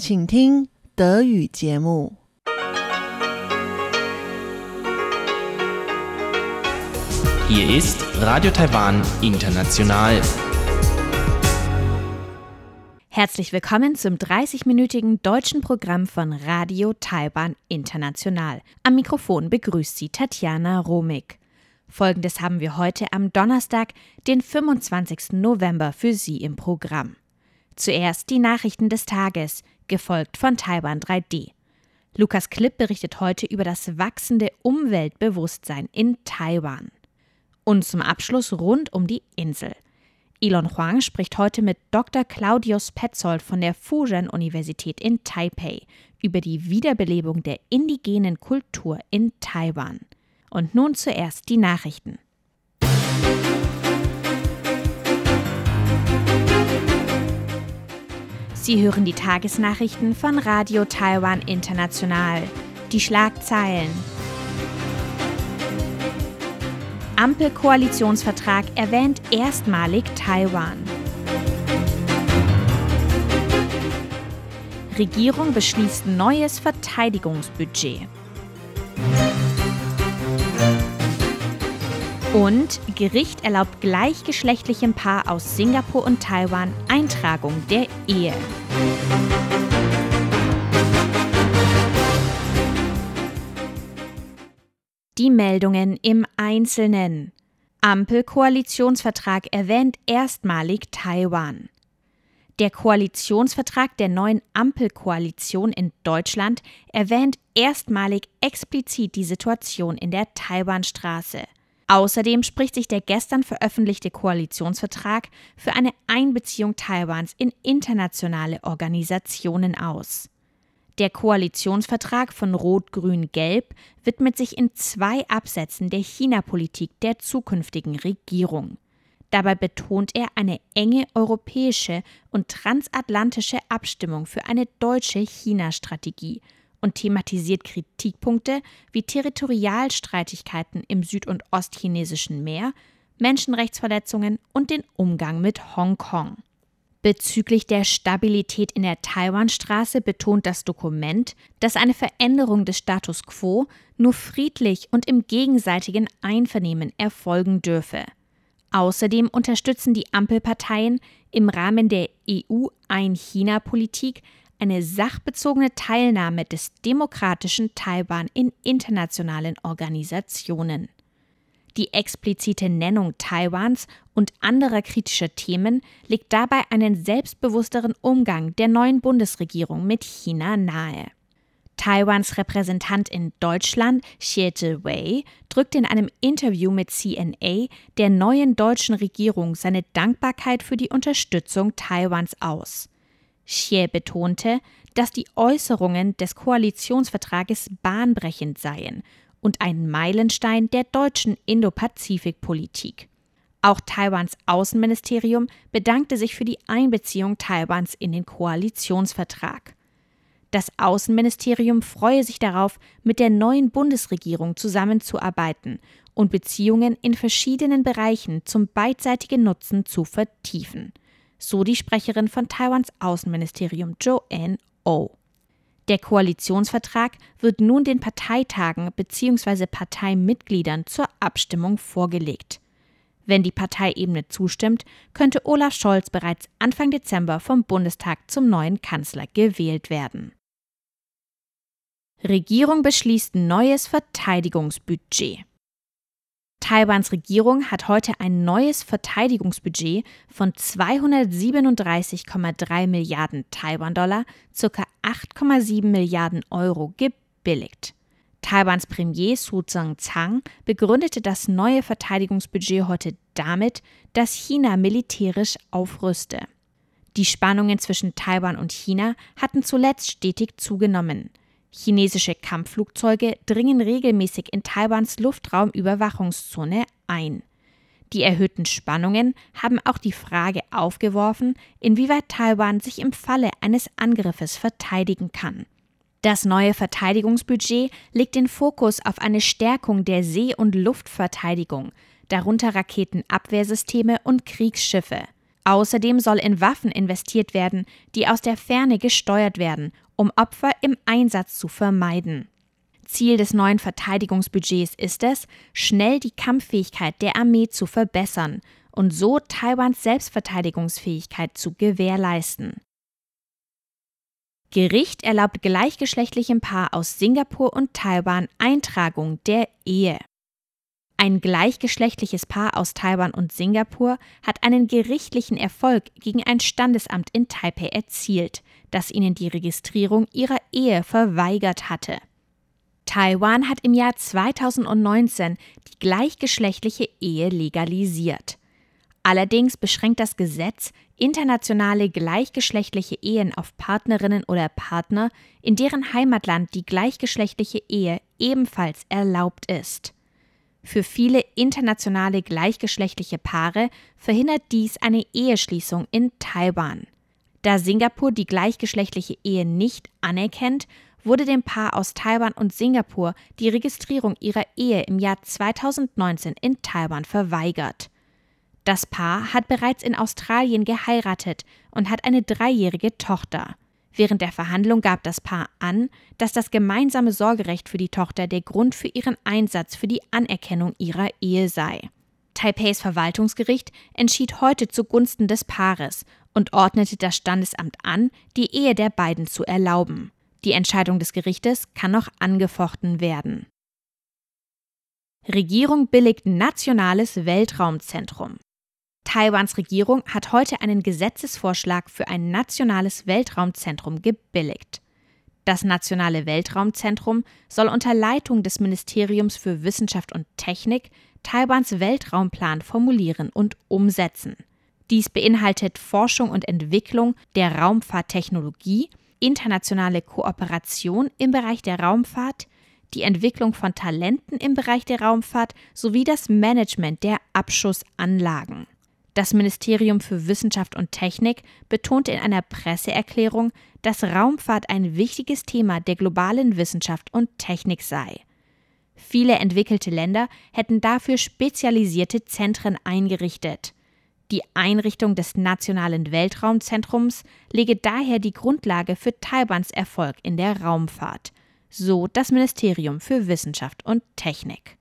请听德语节目。 Hier ist Radio Taiwan International. Herzlich willkommen zum 30-minütigen deutschen Programm von Radio Taiwan International. Am Mikrofon begrüßt Sie Tatjana Romig. Folgendes haben wir heute am Donnerstag, den 25. November für Sie im Programm. Zuerst die Nachrichten des Tages, gefolgt von Taiwan 3D. Lukas Klipp berichtet heute über das wachsende Umweltbewusstsein in Taiwan. Und zum Abschluss rund um die Insel. Elon Huang spricht heute mit Dr. Claudius Petzold von der Fu-Jen-Universität in Taipei über die Wiederbelebung der indigenen Kultur in Taiwan. Und nun zuerst die Nachrichten. Sie hören die Tagesnachrichten von Radio Taiwan International. Die Schlagzeilen. Ampel-Koalitionsvertrag erwähnt erstmalig Taiwan. Regierung beschließt neues Verteidigungsbudget. Und Gericht erlaubt gleichgeschlechtlichem Paar aus Singapur und Taiwan Eintragung der Ehe. Die Meldungen im Einzelnen. Ampel-Koalitionsvertrag erwähnt erstmalig Taiwan. Der Koalitionsvertrag der neuen Ampelkoalition in Deutschland erwähnt erstmalig explizit die Situation in der Taiwanstraße. Außerdem spricht sich der gestern veröffentlichte Koalitionsvertrag für eine Einbeziehung Taiwans in internationale Organisationen aus. Der Koalitionsvertrag von Rot-Grün-Gelb widmet sich in 2 Absätzen der China-Politik der zukünftigen Regierung. Dabei betont er eine enge europäische und transatlantische Abstimmung für eine deutsche China-Strategie und thematisiert Kritikpunkte wie Territorialstreitigkeiten im süd- und ostchinesischen Meer, Menschenrechtsverletzungen und den Umgang mit Hongkong. Bezüglich der Stabilität in der Taiwanstraße betont das Dokument, dass eine Veränderung des Status quo nur friedlich und im gegenseitigen Einvernehmen erfolgen dürfe. Außerdem unterstützen die Ampelparteien im Rahmen der EU-Ein-China-Politik eine sachbezogene Teilnahme des demokratischen Taiwan in internationalen Organisationen. Die explizite Nennung Taiwans und anderer kritischer Themen legt dabei einen selbstbewussteren Umgang der neuen Bundesregierung mit China nahe. Taiwans Repräsentant in Deutschland, Xie Zhiwei, drückte in einem Interview mit CNA der neuen deutschen Regierung seine Dankbarkeit für die Unterstützung Taiwans aus. Xie betonte, dass die Äußerungen des Koalitionsvertrages bahnbrechend seien und ein Meilenstein der deutschen Indo-Pazifik-Politik. Auch Taiwans Außenministerium bedankte sich für die Einbeziehung Taiwans in den Koalitionsvertrag. Das Außenministerium freue sich darauf, mit der neuen Bundesregierung zusammenzuarbeiten und Beziehungen in verschiedenen Bereichen zum beidseitigen Nutzen zu vertiefen. So die Sprecherin von Taiwans Außenministerium Joanne Oh. Der Koalitionsvertrag wird nun den Parteitagen bzw. Parteimitgliedern zur Abstimmung vorgelegt. Wenn die Parteiebene zustimmt, könnte Olaf Scholz bereits Anfang Dezember vom Bundestag zum neuen Kanzler gewählt werden. Regierung beschließt neues Verteidigungsbudget. Taiwans Regierung hat heute ein neues Verteidigungsbudget von 237,3 Milliarden Taiwan-Dollar, ca. 8,7 Milliarden Euro, gebilligt. Taiwans Premier Su Tseng-Chang begründete das neue Verteidigungsbudget heute damit, dass China militärisch aufrüste. Die Spannungen zwischen Taiwan und China hatten zuletzt stetig zugenommen. Chinesische Kampfflugzeuge dringen regelmäßig in Taiwans Luftraumüberwachungszone ein. Die erhöhten Spannungen haben auch die Frage aufgeworfen, inwieweit Taiwan sich im Falle eines Angriffes verteidigen kann. Das neue Verteidigungsbudget legt den Fokus auf eine Stärkung der See- und Luftverteidigung, darunter Raketenabwehrsysteme und Kriegsschiffe. Außerdem soll in Waffen investiert werden, die aus der Ferne gesteuert werden, um Opfer im Einsatz zu vermeiden. Ziel des neuen Verteidigungsbudgets ist es, schnell die Kampffähigkeit der Armee zu verbessern und so Taiwans Selbstverteidigungsfähigkeit zu gewährleisten. Gericht erlaubt gleichgeschlechtlichem Paar aus Singapur und Taiwan Eintragung der Ehe. Ein gleichgeschlechtliches Paar aus Taiwan und Singapur hat einen gerichtlichen Erfolg gegen ein Standesamt in Taipei erzielt, das ihnen die Registrierung ihrer Ehe verweigert hatte. Taiwan hat im Jahr 2019 die gleichgeschlechtliche Ehe legalisiert. Allerdings beschränkt das Gesetz internationale gleichgeschlechtliche Ehen auf Partnerinnen oder Partner, in deren Heimatland die gleichgeschlechtliche Ehe ebenfalls erlaubt ist. Für viele internationale gleichgeschlechtliche Paare verhindert dies eine Eheschließung in Taiwan. Da Singapur die gleichgeschlechtliche Ehe nicht anerkennt, wurde dem Paar aus Taiwan und Singapur die Registrierung ihrer Ehe im Jahr 2019 in Taiwan verweigert. Das Paar hat bereits in Australien geheiratet und hat eine 3-jährige Tochter. Während der Verhandlung gab das Paar an, dass das gemeinsame Sorgerecht für die Tochter der Grund für ihren Einsatz für die Anerkennung ihrer Ehe sei. Taipeis Verwaltungsgericht entschied heute zugunsten des Paares und ordnete das Standesamt an, die Ehe der beiden zu erlauben. Die Entscheidung des Gerichtes kann noch angefochten werden. Regierung billigt nationales Weltraumzentrum. Taiwans Regierung hat heute einen Gesetzesvorschlag für ein nationales Weltraumzentrum gebilligt. Das Nationale Weltraumzentrum soll unter Leitung des Ministeriums für Wissenschaft und Technik Taiwans Weltraumplan formulieren und umsetzen. Dies beinhaltet Forschung und Entwicklung der Raumfahrttechnologie, internationale Kooperation im Bereich der Raumfahrt, die Entwicklung von Talenten im Bereich der Raumfahrt sowie das Management der Abschussanlagen. Das Ministerium für Wissenschaft und Technik betonte in einer Presseerklärung, dass Raumfahrt ein wichtiges Thema der globalen Wissenschaft und Technik sei. Viele entwickelte Länder hätten dafür spezialisierte Zentren eingerichtet. Die Einrichtung des Nationalen Weltraumzentrums lege daher die Grundlage für Taiwans Erfolg in der Raumfahrt, so das Ministerium für Wissenschaft und Technik.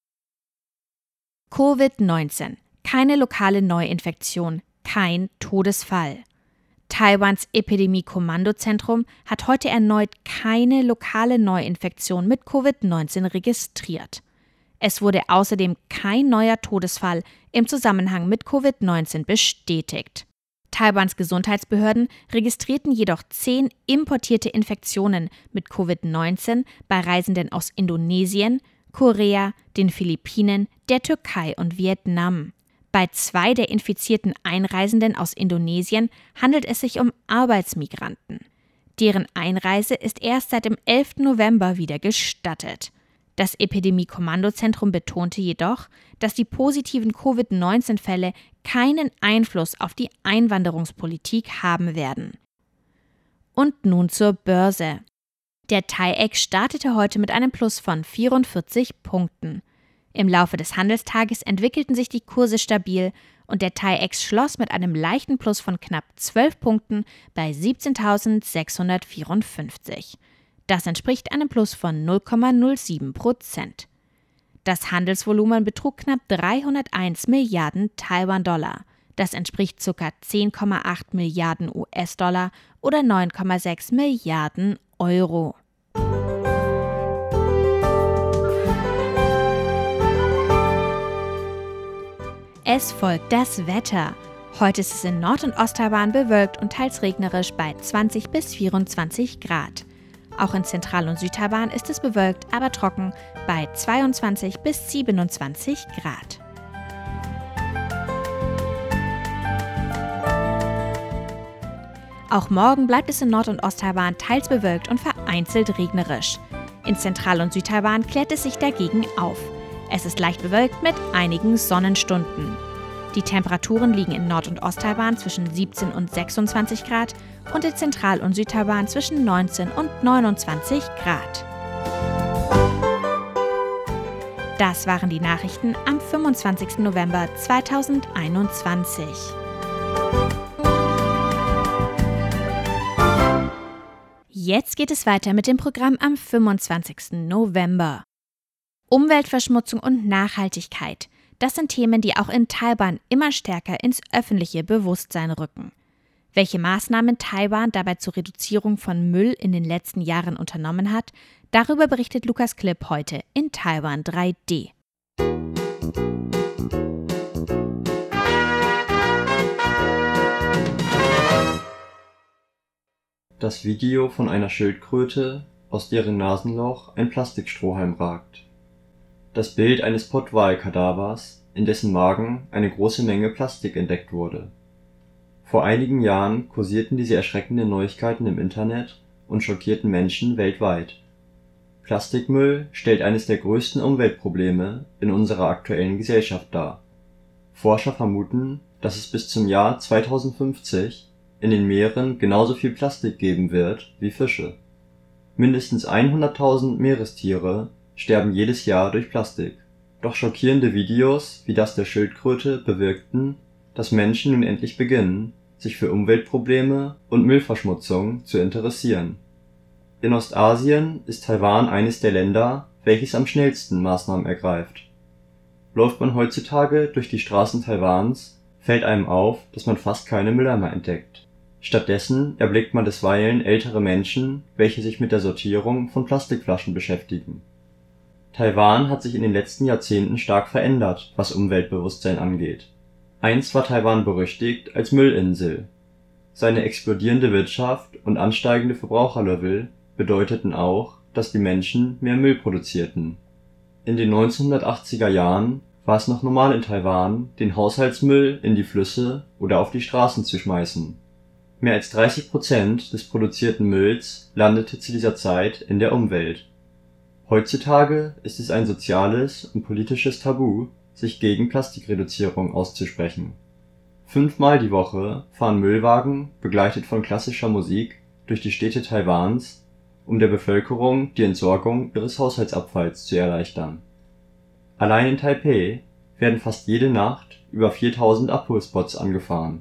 Covid-19. Keine lokale Neuinfektion, kein Todesfall. Taiwans Epidemie-Kommandozentrum hat heute erneut keine lokale Neuinfektion mit Covid-19 registriert. Es wurde außerdem kein neuer Todesfall im Zusammenhang mit Covid-19 bestätigt. Taiwans Gesundheitsbehörden registrierten jedoch 10 importierte Infektionen mit Covid-19 bei Reisenden aus Indonesien, Korea, den Philippinen, der Türkei und Vietnam. Bei 2 der infizierten Einreisenden aus Indonesien handelt es sich um Arbeitsmigranten. Deren Einreise ist erst seit dem 11. November wieder gestattet. Das Epidemie-Kommandozentrum betonte jedoch, dass die positiven Covid-19-Fälle keinen Einfluss auf die Einwanderungspolitik haben werden. Und nun zur Börse. Der TAIEX startete heute mit einem Plus von 44 Punkten. Im Laufe des Handelstages entwickelten sich die Kurse stabil und der TAIEX schloss mit einem leichten Plus von knapp 12 Punkten bei 17.654. Das entspricht einem Plus von 0,07%. Das Handelsvolumen betrug knapp 301 Milliarden Taiwan-Dollar. Das entspricht ca. 10,8 Milliarden US-Dollar oder 9,6 Milliarden Euro. Es folgt das Wetter. Heute ist es in Nord- und Osttaiwan bewölkt und teils regnerisch bei 20 bis 24 Grad. Auch in Zentral- und Südtaiwan ist es bewölkt, aber trocken bei 22 bis 27 Grad. Auch morgen bleibt es in Nord- und Osttaiwan teils bewölkt und vereinzelt regnerisch. In Zentral- und Südtaiwan klärt es sich dagegen auf. Es ist leicht bewölkt mit einigen Sonnenstunden. Die Temperaturen liegen in Nord- und Osttaiwan zwischen 17 und 26 Grad und in Zentral- und Südtaiwan zwischen 19 und 29 Grad. Das waren die Nachrichten am 25. November 2021. Jetzt geht es weiter mit dem Programm am 25. November. Umweltverschmutzung und Nachhaltigkeit. Das sind Themen, die auch in Taiwan immer stärker ins öffentliche Bewusstsein rücken. Welche Maßnahmen Taiwan dabei zur Reduzierung von Müll in den letzten Jahren unternommen hat, darüber berichtet Lukas Klipp heute in Taiwan 3D. Das Video von einer Schildkröte, aus deren Nasenloch ein Plastikstrohhalm ragt. Das Bild eines Pottwal-Kadavers, in dessen Magen eine große Menge Plastik entdeckt wurde. Vor einigen Jahren kursierten diese erschreckenden Neuigkeiten im Internet und schockierten Menschen weltweit. Plastikmüll stellt eines der größten Umweltprobleme in unserer aktuellen Gesellschaft dar. Forscher vermuten, dass es bis zum Jahr 2050 in den Meeren genauso viel Plastik geben wird wie Fische. Mindestens 100.000 Meerestiere sterben jedes Jahr durch Plastik. Doch schockierende Videos wie das der Schildkröte bewirkten, dass Menschen nun endlich beginnen, sich für Umweltprobleme und Müllverschmutzung zu interessieren. In Ostasien ist Taiwan eines der Länder, welches am schnellsten Maßnahmen ergreift. Läuft man heutzutage durch die Straßen Taiwans, fällt einem auf, dass man fast keine Mülleimer entdeckt. Stattdessen erblickt man bisweilen ältere Menschen, welche sich mit der Sortierung von Plastikflaschen beschäftigen. Taiwan hat sich in den letzten Jahrzehnten stark verändert, was Umweltbewusstsein angeht. Einst war Taiwan berüchtigt als Müllinsel. Seine explodierende Wirtschaft und ansteigende Verbraucherlevel bedeuteten auch, dass die Menschen mehr Müll produzierten. In den 1980er Jahren war es noch normal in Taiwan, den Haushaltsmüll in die Flüsse oder auf die Straßen zu schmeißen. Mehr als 30% des produzierten Mülls landete zu dieser Zeit in der Umwelt. Heutzutage ist es ein soziales und politisches Tabu, sich gegen Plastikreduzierung auszusprechen. 5-mal die Woche fahren Müllwagen, begleitet von klassischer Musik, durch die Städte Taiwans, um der Bevölkerung die Entsorgung ihres Haushaltsabfalls zu erleichtern. Allein in Taipeh werden fast jede Nacht über 4.000 Abholspots angefahren.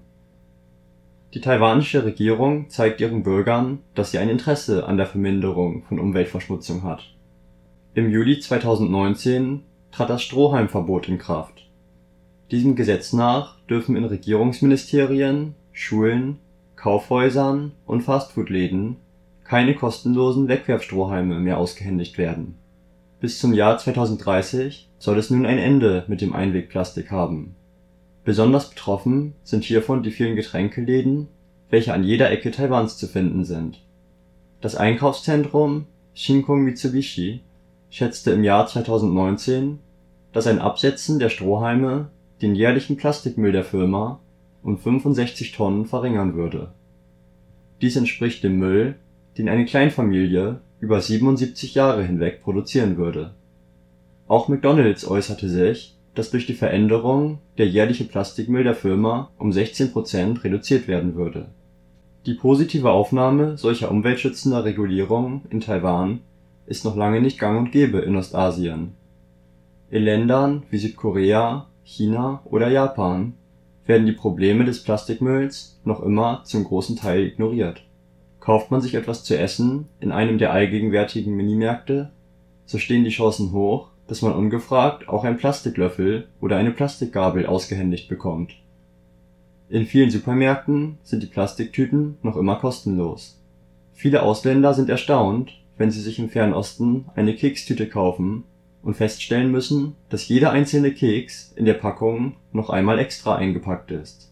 Die taiwanische Regierung zeigt ihren Bürgern, dass sie ein Interesse an der Verminderung von Umweltverschmutzung hat. Im Juli 2019 trat das Strohhalmverbot in Kraft. Diesem Gesetz nach dürfen in Regierungsministerien, Schulen, Kaufhäusern und Fastfood-Läden keine kostenlosen Wegwerfstrohhalme mehr ausgehändigt werden. Bis zum Jahr 2030 soll es nun ein Ende mit dem Einwegplastik haben. Besonders betroffen sind hiervon die vielen Getränkeläden, welche an jeder Ecke Taiwans zu finden sind. Das Einkaufszentrum Shinkong Mitsubishi schätzte im Jahr 2019, dass ein Absetzen der Strohhalme den jährlichen Plastikmüll der Firma um 65 Tonnen verringern würde. Dies entspricht dem Müll, den eine Kleinfamilie über 77 Jahre hinweg produzieren würde. Auch McDonald's äußerte sich, dass durch die Veränderung der jährliche Plastikmüll der Firma um 16% reduziert werden würde. Die positive Aufnahme solcher umweltschützender Regulierungen in Taiwan ist noch lange nicht gang und gäbe in Ostasien. In Ländern wie Südkorea, China oder Japan werden die Probleme des Plastikmülls noch immer zum großen Teil ignoriert. Kauft man sich etwas zu essen in einem der allgegenwärtigen Minimärkte, so stehen die Chancen hoch, dass man ungefragt auch einen Plastiklöffel oder eine Plastikgabel ausgehändigt bekommt. In vielen Supermärkten sind die Plastiktüten noch immer kostenlos. Viele Ausländer sind erstaunt, wenn sie sich im Fernen Osten eine Kekstüte kaufen und feststellen müssen, dass jeder einzelne Keks in der Packung noch einmal extra eingepackt ist.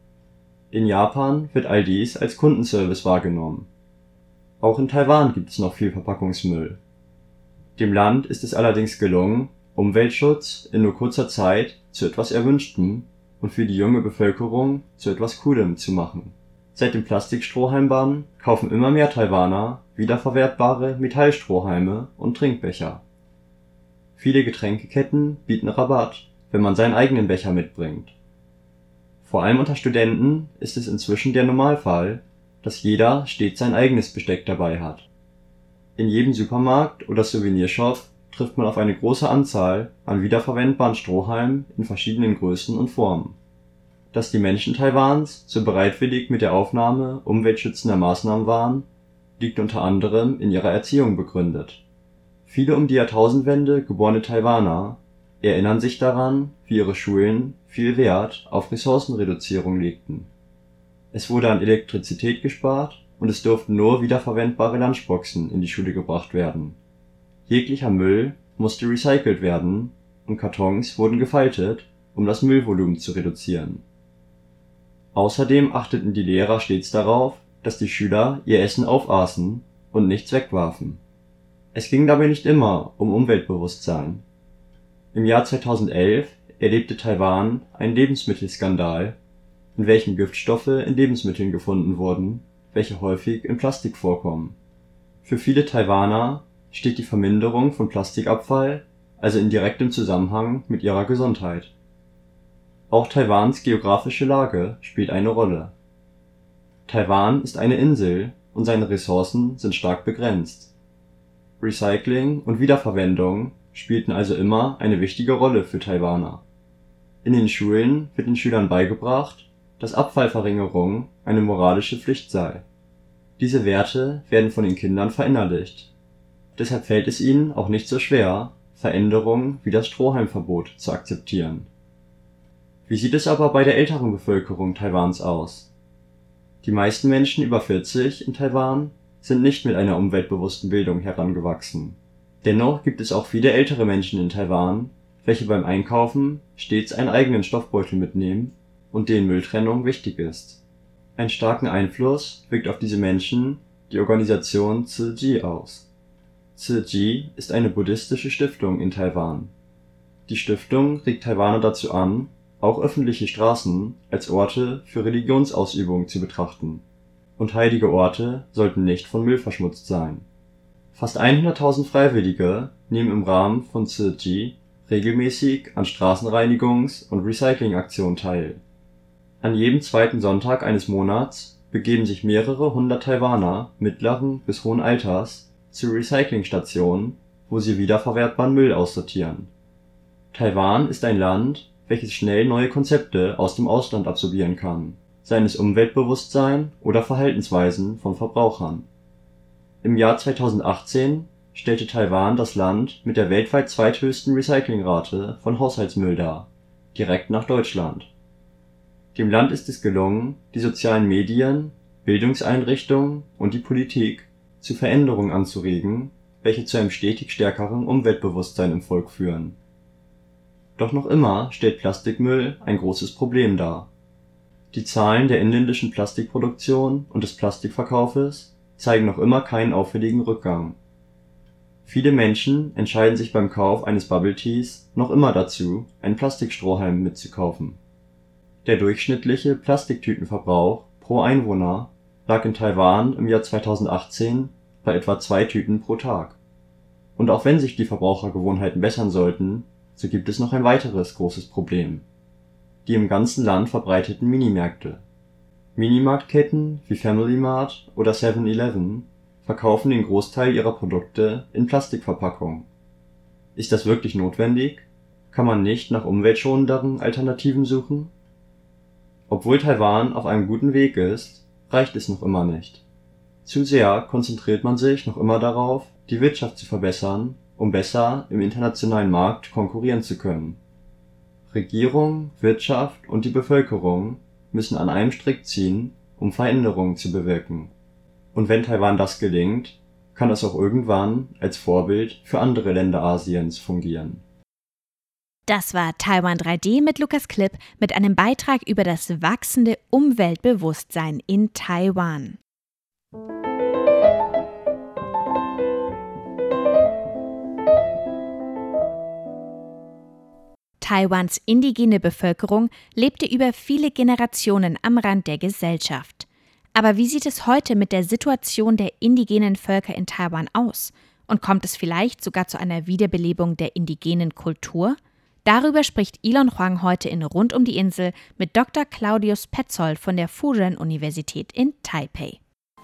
In Japan wird all dies als Kundenservice wahrgenommen. Auch in Taiwan gibt es noch viel Verpackungsmüll. Dem Land ist es allerdings gelungen, Umweltschutz in nur kurzer Zeit zu etwas Erwünschtem und für die junge Bevölkerung zu etwas Coolem zu machen. Seit dem Plastikstrohhalmbann kaufen immer mehr Taiwaner wiederverwertbare Metallstrohhalme und Trinkbecher. Viele Getränkeketten bieten Rabatt, wenn man seinen eigenen Becher mitbringt. Vor allem unter Studenten ist es inzwischen der Normalfall, dass jeder stets sein eigenes Besteck dabei hat. In jedem Supermarkt oder Souvenirshop trifft man auf eine große Anzahl an wiederverwendbaren Strohhalmen in verschiedenen Größen und Formen. Dass die Menschen Taiwans so bereitwillig mit der Aufnahme umweltschützender Maßnahmen waren, liegt unter anderem in ihrer Erziehung begründet. Viele um die Jahrtausendwende geborene Taiwaner erinnern sich daran, wie ihre Schulen viel Wert auf Ressourcenreduzierung legten. Es wurde an Elektrizität gespart und es durften nur wiederverwendbare Lunchboxen in die Schule gebracht werden. Jeglicher Müll musste recycelt werden und Kartons wurden gefaltet, um das Müllvolumen zu reduzieren. Außerdem achteten die Lehrer stets darauf, dass die Schüler ihr Essen aufaßen und nichts wegwarfen. Es ging dabei nicht immer um Umweltbewusstsein. Im Jahr 2011 erlebte Taiwan einen Lebensmittelskandal, in welchem Giftstoffe in Lebensmitteln gefunden wurden, welche häufig in Plastik vorkommen. Für viele Taiwaner steht die Verminderung von Plastikabfall also in direktem Zusammenhang mit ihrer Gesundheit. Auch Taiwans geografische Lage spielt eine Rolle. Taiwan ist eine Insel und seine Ressourcen sind stark begrenzt. Recycling und Wiederverwendung spielten also immer eine wichtige Rolle für Taiwaner. In den Schulen wird den Schülern beigebracht, dass Abfallverringerung eine moralische Pflicht sei. Diese Werte werden von den Kindern verinnerlicht. Deshalb fällt es ihnen auch nicht so schwer, Veränderungen wie das Strohhalmverbot zu akzeptieren. Wie sieht es aber bei der älteren Bevölkerung Taiwans aus? Die meisten Menschen über 40 in Taiwan sind nicht mit einer umweltbewussten Bildung herangewachsen. Dennoch gibt es auch viele ältere Menschen in Taiwan, welche beim Einkaufen stets einen eigenen Stoffbeutel mitnehmen und denen Mülltrennung wichtig ist. Einen starken Einfluss wirkt auf diese Menschen die Organisation Tzu Chi aus. Tzu Chi ist eine buddhistische Stiftung in Taiwan. Die Stiftung regt Taiwaner dazu an, auch öffentliche Straßen als Orte für Religionsausübung zu betrachten. Und heilige Orte sollten nicht von Müll verschmutzt sein. Fast 100.000 Freiwillige nehmen im Rahmen von Tzu Chi regelmäßig an Straßenreinigungs- und Recyclingaktionen teil. An jedem zweiten Sonntag eines Monats begeben sich mehrere hundert Taiwaner mittleren bis hohen Alters zu Recyclingstationen, wo sie wiederverwertbaren Müll aussortieren. Taiwan ist ein Land, welches schnell neue Konzepte aus dem Ausland absorbieren kann, seien es Umweltbewusstsein oder Verhaltensweisen von Verbrauchern. Im Jahr 2018 stellte Taiwan das Land mit der weltweit zweithöchsten Recyclingrate von Haushaltsmüll dar, direkt nach Deutschland. Dem Land ist es gelungen, die sozialen Medien, Bildungseinrichtungen und die Politik zu Veränderungen anzuregen, welche zu einem stetig stärkeren Umweltbewusstsein im Volk führen. Doch noch immer stellt Plastikmüll ein großes Problem dar. Die Zahlen der inländischen Plastikproduktion und des Plastikverkaufes zeigen noch immer keinen auffälligen Rückgang. Viele Menschen entscheiden sich beim Kauf eines Bubble Teas noch immer dazu, einen Plastikstrohhalm mitzukaufen. Der durchschnittliche Plastiktütenverbrauch pro Einwohner lag in Taiwan im Jahr 2018 bei etwa 2 Tüten pro Tag. Und auch wenn sich die Verbrauchergewohnheiten bessern sollten, so gibt es noch ein weiteres großes Problem: die im ganzen Land verbreiteten Minimärkte. Minimarktketten wie Family Mart oder 7-Eleven verkaufen den Großteil ihrer Produkte in Plastikverpackung. Ist das wirklich notwendig? Kann man nicht nach umweltschonenderen Alternativen suchen? Obwohl Taiwan auf einem guten Weg ist, reicht es noch immer nicht. Zu sehr konzentriert man sich noch immer darauf, die Wirtschaft zu verbessern, um besser im internationalen Markt konkurrieren zu können. Regierung, Wirtschaft und die Bevölkerung müssen an einem Strick ziehen, um Veränderungen zu bewirken. Und wenn Taiwan das gelingt, kann es auch irgendwann als Vorbild für andere Länder Asiens fungieren. Das war Taiwan 3D mit Lukas Klipp mit einem Beitrag über das wachsende Umweltbewusstsein in Taiwan. Taiwans indigene Bevölkerung lebte über viele Generationen am Rand der Gesellschaft. Aber wie sieht es heute mit der Situation der indigenen Völker in Taiwan aus? Und kommt es vielleicht sogar zu einer Wiederbelebung der indigenen Kultur? Darüber spricht Elon Huang heute in Rund um die Insel mit Dr. Claudius Petzold von der Fujian-Universität in Taipei.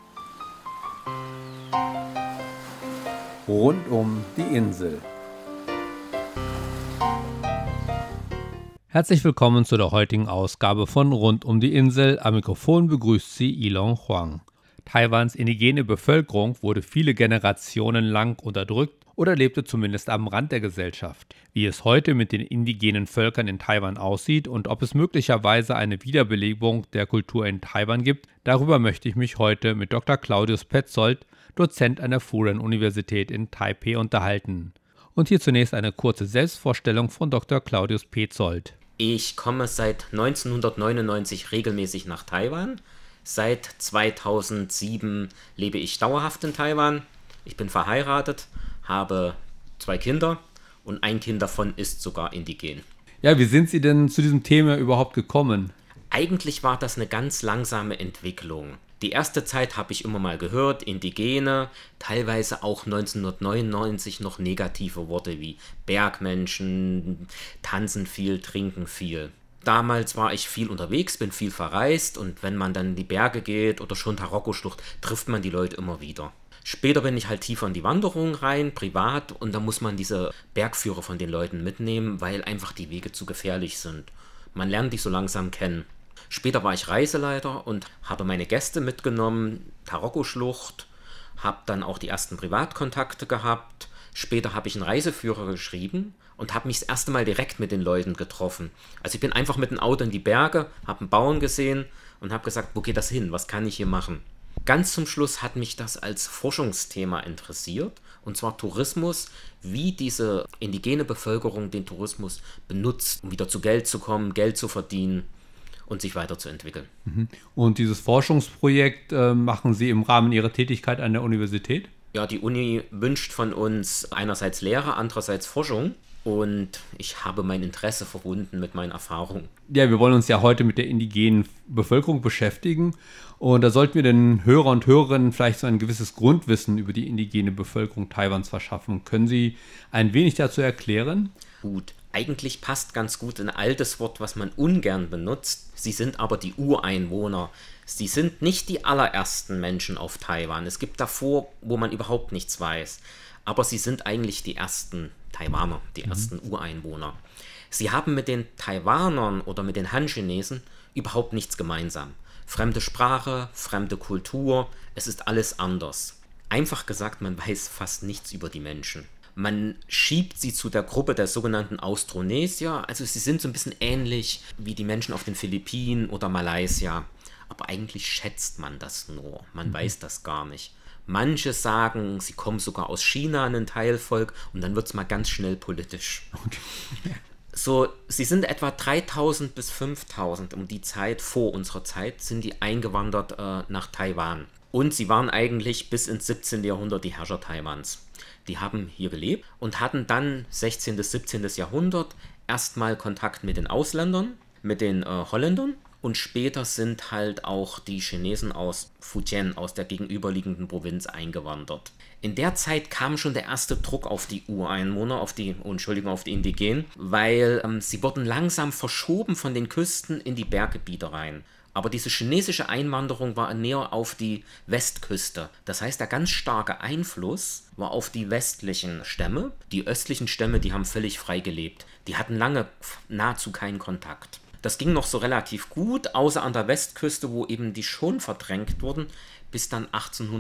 Rund um die Insel. Herzlich willkommen zu der heutigen Ausgabe von Rund um die Insel. Am Mikrofon begrüßt Sie Elon Huang. Taiwans indigene Bevölkerung wurde viele Generationen lang unterdrückt oder lebte zumindest am Rand der Gesellschaft. Wie es heute mit den indigenen Völkern in Taiwan aussieht und ob es möglicherweise eine Wiederbelebung der Kultur in Taiwan gibt, darüber möchte ich mich heute mit Dr. Claudius Petzold, Dozent an der Fudan-Universität in Taipeh, unterhalten. Und hier zunächst eine kurze Selbstvorstellung von Dr. Claudius Petzold. Ich komme seit 1999 regelmäßig nach Taiwan. Seit 2007 lebe ich dauerhaft in Taiwan. Ich bin verheiratet, habe 2 Kinder und ein Kind davon ist sogar indigen. Ja, wie sind Sie denn zu diesem Thema überhaupt gekommen? Eigentlich war das eine ganz langsame Entwicklung. Die erste Zeit habe ich immer mal gehört, Indigene, teilweise auch 1999 noch negative Worte wie Bergmenschen, tanzen viel, trinken viel. Damals war ich viel unterwegs, bin viel verreist und wenn man dann in die Berge geht oder schon Taroko-Schlucht, trifft man die Leute immer wieder. Später bin ich halt tiefer in die Wanderung rein, privat, und da muss man diese Bergführer von den Leuten mitnehmen, weil einfach die Wege zu gefährlich sind. Man lernt die so langsam kennen. Später war ich Reiseleiter und habe meine Gäste mitgenommen, Taroko-Schlucht, habe dann auch die ersten Privatkontakte gehabt. Später habe ich einen Reiseführer geschrieben und habe mich das erste Mal direkt mit den Leuten getroffen. Also ich bin einfach mit dem Auto in die Berge, habe einen Bauern gesehen und habe gesagt, wo geht das hin, was kann ich hier machen? Ganz zum Schluss hat mich das als Forschungsthema interessiert, und zwar Tourismus, wie diese indigene Bevölkerung den Tourismus benutzt, um wieder zu Geld zu kommen, Geld zu verdienen und sich weiterzuentwickeln. Und dieses Forschungsprojekt machen Sie im Rahmen Ihrer Tätigkeit an der Universität? Ja, die Uni wünscht von uns einerseits Lehre, andererseits Forschung. Und ich habe mein Interesse verbunden mit meinen Erfahrungen. Ja, wir wollen uns ja heute mit der indigenen Bevölkerung beschäftigen. Und da sollten wir den Hörer und Hörerinnen vielleicht so ein gewisses Grundwissen über die indigene Bevölkerung Taiwans verschaffen. Können Sie ein wenig dazu erklären? Gut, eigentlich passt ganz gut ein altes Wort, was man ungern benutzt. Sie sind aber die Ureinwohner. Sie sind nicht die allerersten Menschen auf Taiwan. Es gibt davor, wo man überhaupt nichts weiß. Aber sie sind eigentlich die ersten Taiwaner, die ersten Ureinwohner. Sie haben mit den Taiwanern oder mit den Han-Chinesen überhaupt nichts gemeinsam. Fremde Sprache, fremde Kultur, es ist alles anders. Einfach gesagt, man weiß fast nichts über die Menschen. Man schiebt sie zu der Gruppe der sogenannten Austronesier, also sie sind so ein bisschen ähnlich wie die Menschen auf den Philippinen oder Malaysia. Aber eigentlich schätzt man das nur, man weiß das gar nicht. Manche sagen, sie kommen sogar aus China, ein Teilvolk, und dann wird es mal ganz schnell politisch. Okay. So, sie sind etwa 3000 bis 5000 um die Zeit, vor unserer Zeit, sind die eingewandert nach Taiwan. Und sie waren eigentlich bis ins 17. Jahrhundert die Herrscher Taiwans. Die haben hier gelebt und hatten dann 16. bis 17. Jahrhundert erstmal Kontakt mit den Ausländern, mit den Holländern. Und später sind halt auch die Chinesen aus Fujian, aus der gegenüberliegenden Provinz, eingewandert. In der Zeit kam schon der erste Druck auf die Ureinwohner, auf die Indigenen, weil sie wurden langsam verschoben von den Küsten in die Berggebiete rein. Aber diese chinesische Einwanderung war näher auf die Westküste. Das heißt, der ganz starke Einfluss war auf die westlichen Stämme. Die östlichen Stämme, die haben völlig frei gelebt. Die hatten lange nahezu keinen Kontakt. Das ging noch so relativ gut, außer an der Westküste, wo eben die schon verdrängt wurden, bis dann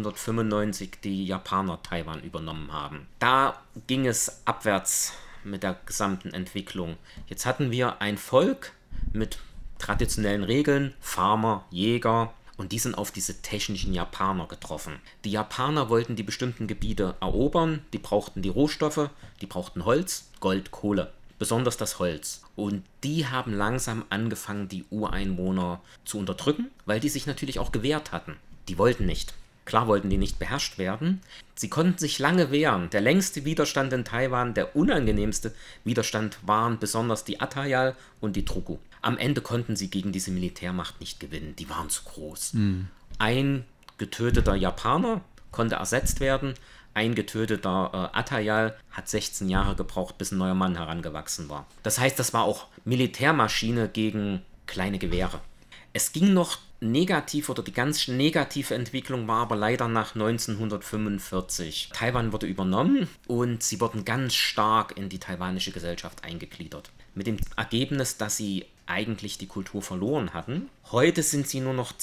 1895 die Japaner Taiwan übernommen haben. Da ging es abwärts mit der gesamten Entwicklung. Jetzt hatten wir ein Volk mit traditionellen Regeln, Farmer, Jäger, und die sind auf diese technischen Japaner getroffen. Die Japaner wollten die bestimmten Gebiete erobern, die brauchten die Rohstoffe, die brauchten Holz, Gold, Kohle. Besonders das Holz. Und die haben langsam angefangen, die Ureinwohner zu unterdrücken, weil die sich natürlich auch gewehrt hatten. Die wollten nicht. Klar wollten die nicht beherrscht werden. Sie konnten sich lange wehren. Der längste Widerstand in Taiwan, der unangenehmste Widerstand, waren besonders die Atayal und die Truku. Am Ende konnten sie gegen diese Militärmacht nicht gewinnen. Die waren zu groß. Ein getöteter Japaner konnte ersetzt werden. Ein getöteter Atayal hat 16 Jahre gebraucht, bis ein neuer Mann herangewachsen war. Das heißt, das war auch Militärmaschine gegen kleine Gewehre. Es ging noch negativ, oder die ganz negative Entwicklung war aber leider nach 1945. Taiwan wurde übernommen und sie wurden ganz stark in die taiwanische Gesellschaft eingegliedert. Mit dem Ergebnis, dass sie eigentlich die Kultur verloren hatten. Heute sind sie nur noch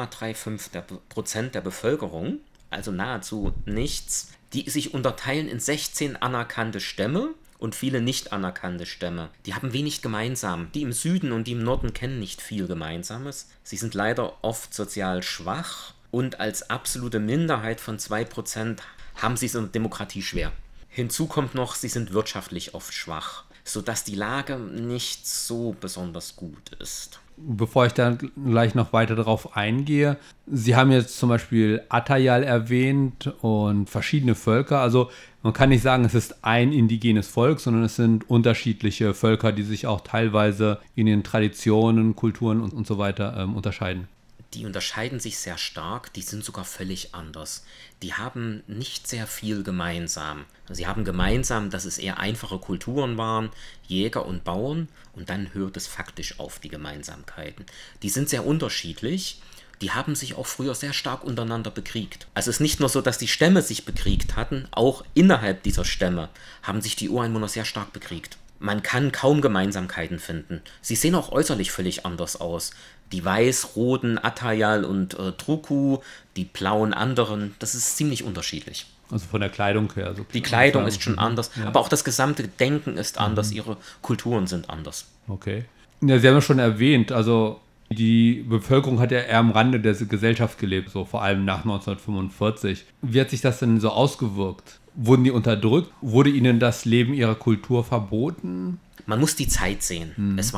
2,35% der Bevölkerung, also nahezu nichts, die sich unterteilen in 16 anerkannte Stämme und viele nicht anerkannte Stämme. Die haben wenig gemeinsam. Die im Süden und die im Norden kennen nicht viel Gemeinsames. Sie sind leider oft sozial schwach und als absolute Minderheit von 2% haben sie es in der Demokratie schwer. Hinzu kommt noch, sie sind wirtschaftlich oft schwach, sodass die Lage nicht so besonders gut ist. Bevor ich dann gleich noch weiter darauf eingehe, Sie haben jetzt zum Beispiel Atayal erwähnt und verschiedene Völker. Also man kann nicht sagen, es ist ein indigenes Volk, sondern es sind unterschiedliche Völker, die sich auch teilweise in den Traditionen, Kulturen und so weiter unterscheiden. Die unterscheiden sich sehr stark, die sind sogar völlig anders. Die haben nicht sehr viel gemeinsam. Sie haben gemeinsam, dass es eher einfache Kulturen waren, Jäger und Bauern, und dann hört es faktisch auf, die Gemeinsamkeiten. Die sind sehr unterschiedlich, die haben sich auch früher sehr stark untereinander bekriegt. Also es ist nicht nur so, dass die Stämme sich bekriegt hatten, auch innerhalb dieser Stämme haben sich die Ureinwohner sehr stark bekriegt. Man kann kaum Gemeinsamkeiten finden. Sie sehen auch äußerlich völlig anders aus. Die weiß-roten Atayal und Truku, die blauen anderen, das ist ziemlich unterschiedlich. Also von der Kleidung her. Also die Kleidung ist schon anders, ja. Aber auch das gesamte Denken ist anders, ihre Kulturen sind anders. Okay. Ja, Sie haben ja schon erwähnt, also die Bevölkerung hat ja eher am Rande der Gesellschaft gelebt, so vor allem nach 1945. Wie hat sich das denn so ausgewirkt? Wurden die unterdrückt? Wurde ihnen das Leben ihrer Kultur verboten? Man muss die Zeit sehen. Es war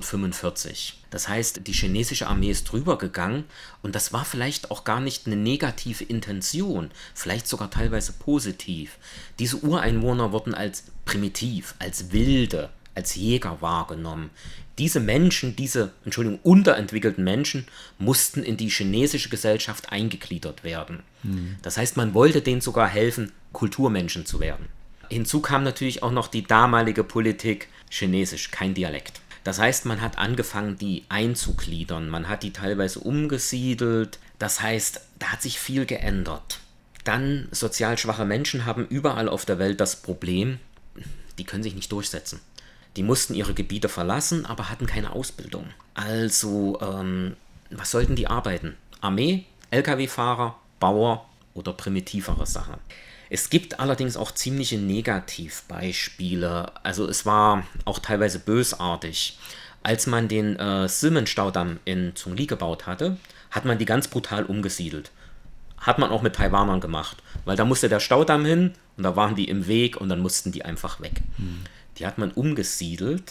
1945. Das heißt, die chinesische Armee ist drüber gegangen und das war vielleicht auch gar nicht eine negative Intention, vielleicht sogar teilweise positiv. Diese Ureinwohner wurden als primitiv, als Wilde, als Jäger wahrgenommen. Diese Menschen, unterentwickelten Menschen, mussten in die chinesische Gesellschaft eingegliedert werden. Das heißt, man wollte denen sogar helfen, Kulturmenschen zu werden. Hinzu kam natürlich auch noch die damalige Politik, Chinesisch, kein Dialekt. Das heißt, man hat angefangen, die einzugliedern, man hat die teilweise umgesiedelt. Das heißt, da hat sich viel geändert. Dann, sozial schwache Menschen haben überall auf der Welt das Problem, die können sich nicht durchsetzen. Die mussten ihre Gebiete verlassen, aber hatten keine Ausbildung. Also, was sollten die arbeiten? Armee, Lkw-Fahrer, Bauer oder primitivere Sachen. Es gibt allerdings auch ziemliche Negativbeispiele. Also es war auch teilweise bösartig. Als man den Silmen-Staudamm in Zhongli gebaut hatte, hat man die ganz brutal umgesiedelt. Hat man auch mit Taiwanern gemacht. Weil da musste der Staudamm hin und da waren die im Weg und dann mussten die einfach weg. Die hat man umgesiedelt,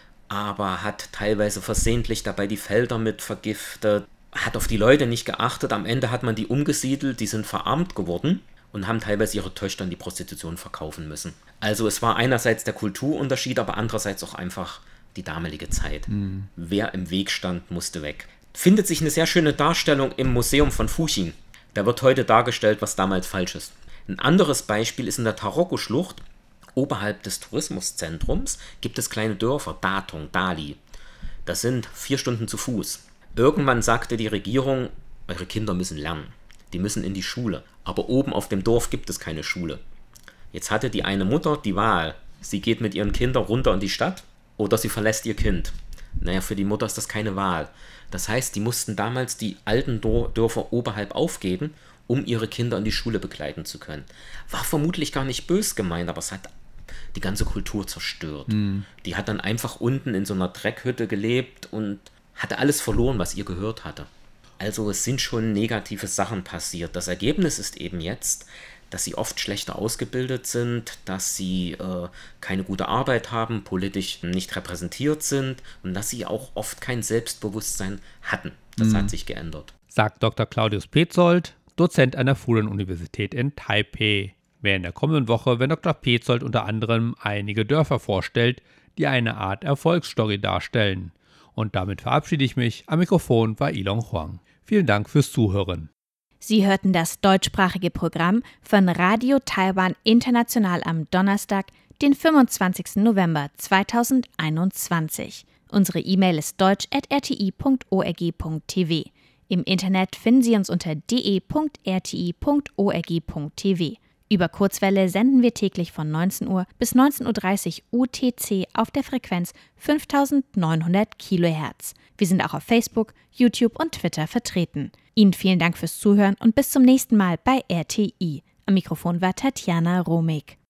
aber hat teilweise versehentlich dabei die Felder mit vergiftet, hat auf die Leute nicht geachtet. Am Ende hat man die umgesiedelt, die sind verarmt geworden und haben teilweise ihre Töchter in die Prostitution verkaufen müssen. Also es war einerseits der Kulturunterschied, aber andererseits auch einfach die damalige Zeit. Wer im Weg stand, musste weg. Findet sich eine sehr schöne Darstellung im Museum von Fuxing. Da wird heute dargestellt, was damals falsch ist. Ein anderes Beispiel ist in der Taroko-Schlucht. Oberhalb des Tourismuszentrums gibt es kleine Dörfer, Datong, Dali. Das sind 4 Stunden zu Fuß. Irgendwann sagte die Regierung, eure Kinder müssen lernen. Die müssen in die Schule. Aber oben auf dem Dorf gibt es keine Schule. Jetzt hatte die eine Mutter die Wahl. Sie geht mit ihren Kindern runter in die Stadt oder sie verlässt ihr Kind. Naja, für die Mutter ist das keine Wahl. Das heißt, die mussten damals die alten Dörfer oberhalb aufgeben, um ihre Kinder in die Schule begleiten zu können. War vermutlich gar nicht bös gemeint, aber es hat die ganze Kultur zerstört. Die hat dann einfach unten in so einer Dreckhütte gelebt und hatte alles verloren, was ihr gehört hatte. Also es sind schon negative Sachen passiert. Das Ergebnis ist eben jetzt, dass sie oft schlechter ausgebildet sind, dass sie keine gute Arbeit haben, politisch nicht repräsentiert sind und dass sie auch oft kein Selbstbewusstsein hatten. Das hat sich geändert. Sagt Dr. Claudius Petzold, Dozent an der Fudan-Universität in Taipei. Mehr in der kommenden Woche, wenn Dr. Petzold unter anderem einige Dörfer vorstellt, die eine Art Erfolgsstory darstellen. Und damit verabschiede ich mich. Am Mikrofon war Ilon Huang. Vielen Dank fürs Zuhören. Sie hörten das deutschsprachige Programm von Radio Taiwan International am Donnerstag, den 25. November 2021. Unsere E-Mail ist deutsch@rti.org.tv. Im Internet finden Sie uns unter de.rti.org.tv. Über Kurzwelle senden wir täglich von 19 Uhr bis 19.30 Uhr UTC auf der Frequenz 5900 kHz. Wir sind auch auf Facebook, YouTube und Twitter vertreten. Ihnen vielen Dank fürs Zuhören und bis zum nächsten Mal bei RTI. Am Mikrofon war Tatjana Romig.